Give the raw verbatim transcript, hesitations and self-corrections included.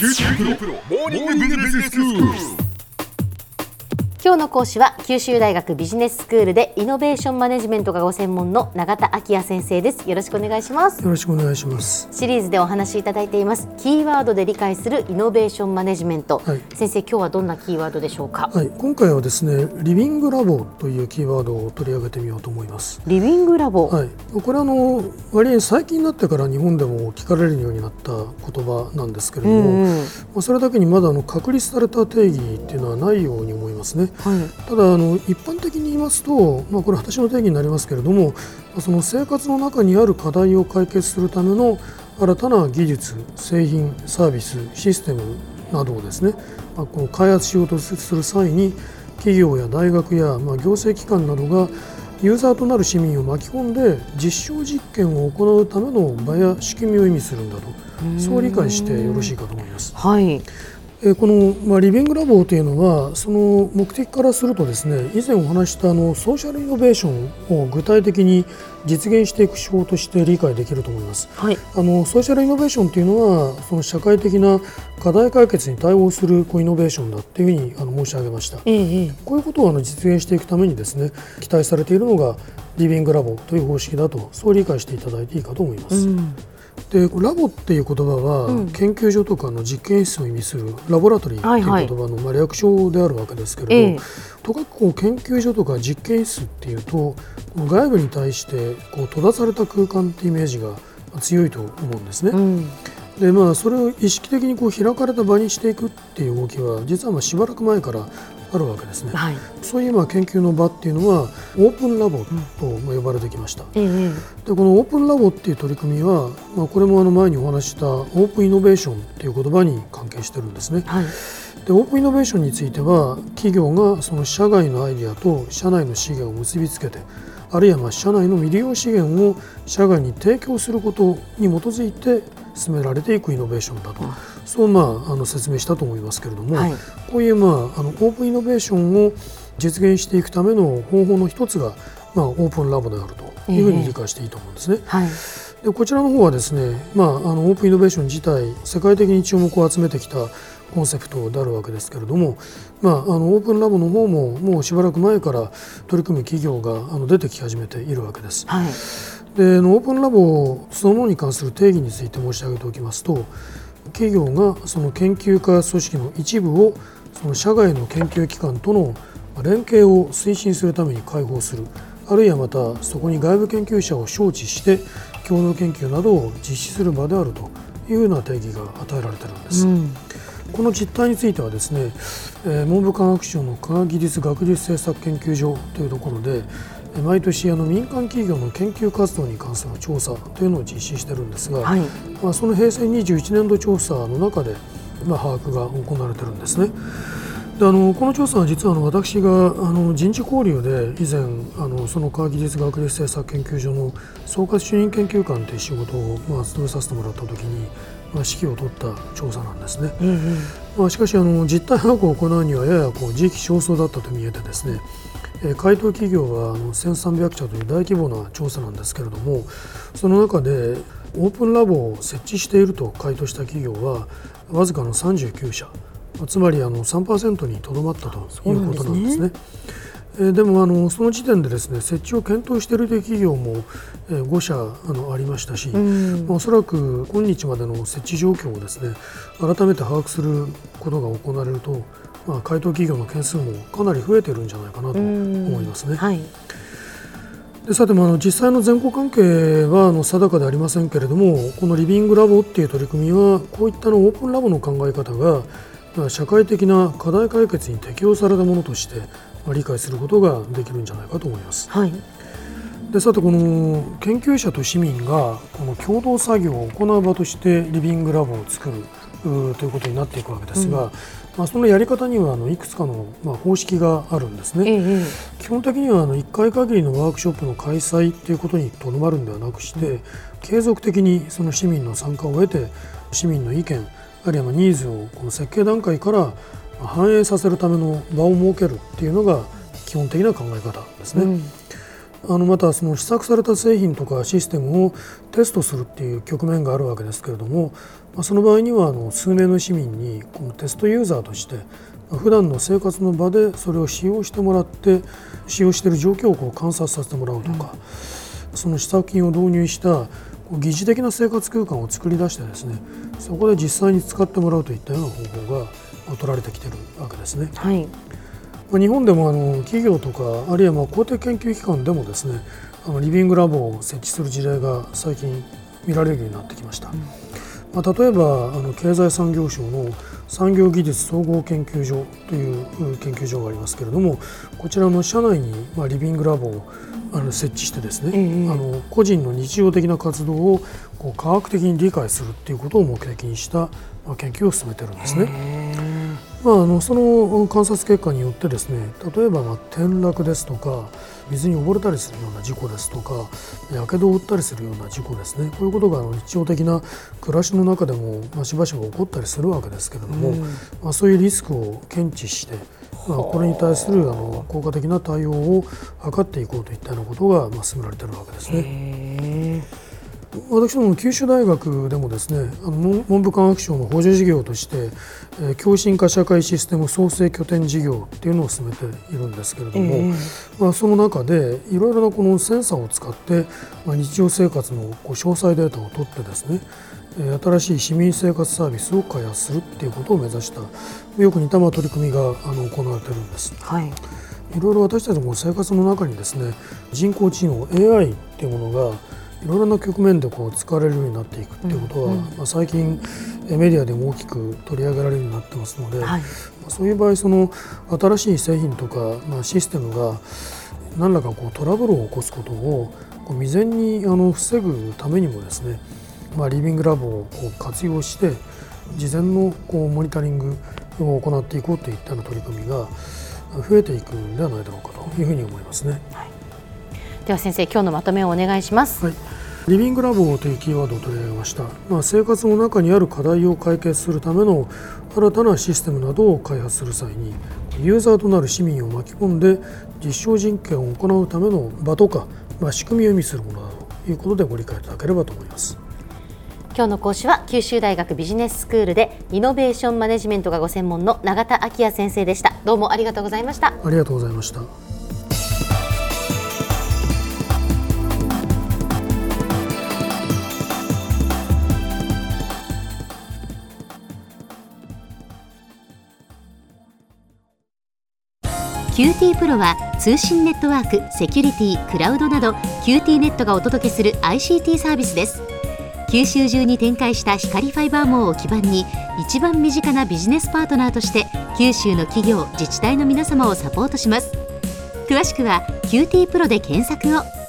キューティープロモーニングビジネススクール。 今日の講師は九州大学ビジネススクールでイノベーションマネジメントがご専門の永田昭也先生です。よろしくお願いします。 よろしくお願いします。 シリーズでお話しいただいていますキーワードで理解するイノベーションマネジメント、はい、先生今日はどんなキーワードでしょうか。 はい、今回はですねリビングラボというキーワードを取り上げてみようと思います。 リビングラボ、 はい、これはあの割に最近になってから日本でも聞かれるようになった言葉なんですけれども、うんうん、まあ、それだけにまだあの確立された定義っていうのはないように思いますね。はい、ただあの一般的に言いますと、まあ、これ私の定義になりますけれども、その生活の中にある課題を解決するための新たな技術、製品、サービス、システムなどをですね、まあ、この開発しようとする際に企業や大学や、まあ、行政機関などがユーザーとなる市民を巻き込んで実証実験を行うための場や仕組みを意味するんだと、そう理解してよろしいかと思います。 はい、 この、まあ、リビングラボというのはその目的からするとですね、以前お話したあのソーシャルイノベーションを具体的に実現していく手法として理解できると思います。はい、あのソーシャルイノベーションというのはその社会的な課題解決に対応するこうイノベーションだというふうにあの申し上げました。ええ、こういうことをあの実現していくためにですね、期待されているのがリビングラボという方式だと、そう理解していただいていいかと思います。うん、でラボっていう言葉は、うん、研究所とかの実験室を意味するラボラトリーっていう言葉の、まあ、略称であるわけですけれど、えー、とかくこう研究所とか実験室っていうと外部に対してこう閉ざされた空間ってイメージが強いと思うんですね。うん、でまあ、それを意識的にこう開かれた場にしていくっていう動きは実はまあしばらく前からあるわけですね。はい、そういうまあ研究の場っていうのはオープンラボと呼ばれてきました。うん、でこのオープンラボっていう取り組みは、まあ、これもあの前にお話ししたオープンイノベーションっていう言葉に関係してるんですね。はい、でオープンイノベーションについては企業がその社外のアイデアと社内の資源を結びつけて、あるいはまあ社内の未利用資源を社外に提供することに基づいて進められていくイノベーションだと、うん、そうまああの説明したと思いますけれども、はい、こういうまああのオープンイノベーションを実現していくための方法の一つが、まあ、オープンラボであるというふうに理解していいと思うんですね。えーはい、でこちらの方はですね、まあ、あのオープンイノベーション自体世界的に注目を集めてきたコンセプトであるわけですけれども、まあ、あのオープンラボの方ももうしばらく前から取り組む企業があの出てき始めているわけです。はい、でオープンラボそのものに関する定義について申し上げておきますと、企業がその研究開発組織の一部をその社外の研究機関との連携を推進するために開放する、あるいはまたそこに外部研究者を招致して共同研究などを実施する場であるというような定義が与えられているんです。うん、この実態についてはですね、えー、文部科学省の科学技術学術政策研究所というところで毎年あの民間企業の研究活動に関する調査というのを実施しているんですが、はい、まあ、その平成にじゅういちねんど調査の中で、まあ、把握が行われているんですね。であのこの調査は実はあの私があの人事交流で以前あのその科学技術学術政策研究所の総括主任研究官という仕事を、まあ、務めさせてもらった時に、まあ、指揮を執った調査なんですね。うんうん、まあ、しかしあの実態把握を行うにはややこう時期尚早だったと見えてですね、回答企業はあのせんさんびゃくちゃという大規模な調査なんですけれども、その中でオープンラボを設置していると回答した企業はわずかのさんじゅうきゅうしゃ、つまりあの さんパーセント にとどまったということなんですね。えでもあのその時点でですね設置を検討しているという企業もごしゃあのありましたし、うん、おそらく今日までの設置状況をですね改めて把握することが行われると、まあ、回答企業の件数もかなり増えているんじゃないかなと思いますね。はい、でさてもあの実際の全国関係はあの定かでありませんけれども、このリビングラボっていう取り組みはこういったのオープンラボの考え方が社会的な課題解決に適用されたものとして理解することができるんじゃないかと思います。はい、でさてこの研究者と市民がこの共同作業を行う場としてリビングラボを作るということになっていくわけですが、うん、まあ、そのやり方にはあのいくつかのまあ方式があるんですね。ええ、基本的にはあのいっかい限りのワークショップの開催ということにとどまるんではなくして、うん、継続的にその市民の参加を得て市民の意見あるいはニーズをこの設計段階から反映させるための場を設けるっていうのが基本的な考え方ですね。うん、 あのまたその試作された製品とかシステムをテストするっていう局面があるわけですけれども、その場合にはあの数名の市民にこのテストユーザーとして普段の生活の場でそれを使用してもらって使用している状況をこう観察させてもらうとか、うん、その試作品を導入した疑似的な生活空間を作り出してですね、そこで実際に使ってもらうといったような方法が取られてきているわけですね。 はい、 日本でもあの企業とかあるいはまあ公的研究機関でもですね、あのリビングラボを設置する事例が最近見られるようになってきました。うん、まあ、例えばあの経済産業省の産業技術総合研究所という研究所がありますけれども、こちらの社内にまあリビングラボをあの設置してですね、うんうん、あの個人の日常的な活動をこう科学的に理解するということを目的にしたまあ研究を進めているんですね。まあ、あのその観察結果によってですね、例えばまあ転落ですとか水に溺れたりするような事故ですとかやけどを負ったりするような事故ですね、こういうことがあの日常的な暮らしの中でもまあしばしば起こったりするわけですけれども、うん、まあ、そういうリスクを検知して、まあ、これに対するあの効果的な対応を図っていこうといったようなことがまあ進められているわけですね。私ども九州大学でもですね、あの文部科学省の補助事業として、えー、共振化社会システム創生拠点事業っていうのを進めているんですけれども、えーまあ、その中でいろいろなこのセンサーを使って、まあ、日常生活のこう詳細データを取ってですね、えー、新しい市民生活サービスを開発するっていうことを目指したよく似た取り組みがあの行われているんです。はい、いろいろ私たちも生活の中にですね、人工知能 エーアイ っていうものがいろいろな局面でこう使われるようになっていくということは、うんうん、まあ、最近メディアでも大きく取り上げられるようになってますので、はい、そういう場合その新しい製品とか、まあ、システムが何らかこうトラブルを起こすことをこう未然にあの防ぐためにもですね、まあ、リビングラボをこう活用して事前のこうモニタリングを行っていこうといったような取り組みが増えていくんではないだろうかというふうに思いますね。はい、 では先生、今日のまとめをお願いします。 はい、リビングラボというキーワードを取り上げました。まあ、生活の中にある課題を解決するための新たなシステムなどを開発する際にユーザーとなる市民を巻き込んで実証実験を行うための場とか、まあ、仕組みを意味するものだということでご理解いただければと思います。 今日の講師は九州大学ビジネススクールでイノベーションマネジメントがご専門の永田昭也先生でした。どうもありがとうございました。 ありがとうございました。 キューティー プロは通信ネットワーク、セキュリティ、クラウドなど キューティー ネットがお届けする アイシーティー サービスです。九州中に展開した光ファイバー網を基盤に一番身近なビジネスパートナーとして九州の企業、自治体の皆様をサポートします。詳しくは キューティー プロで検索を。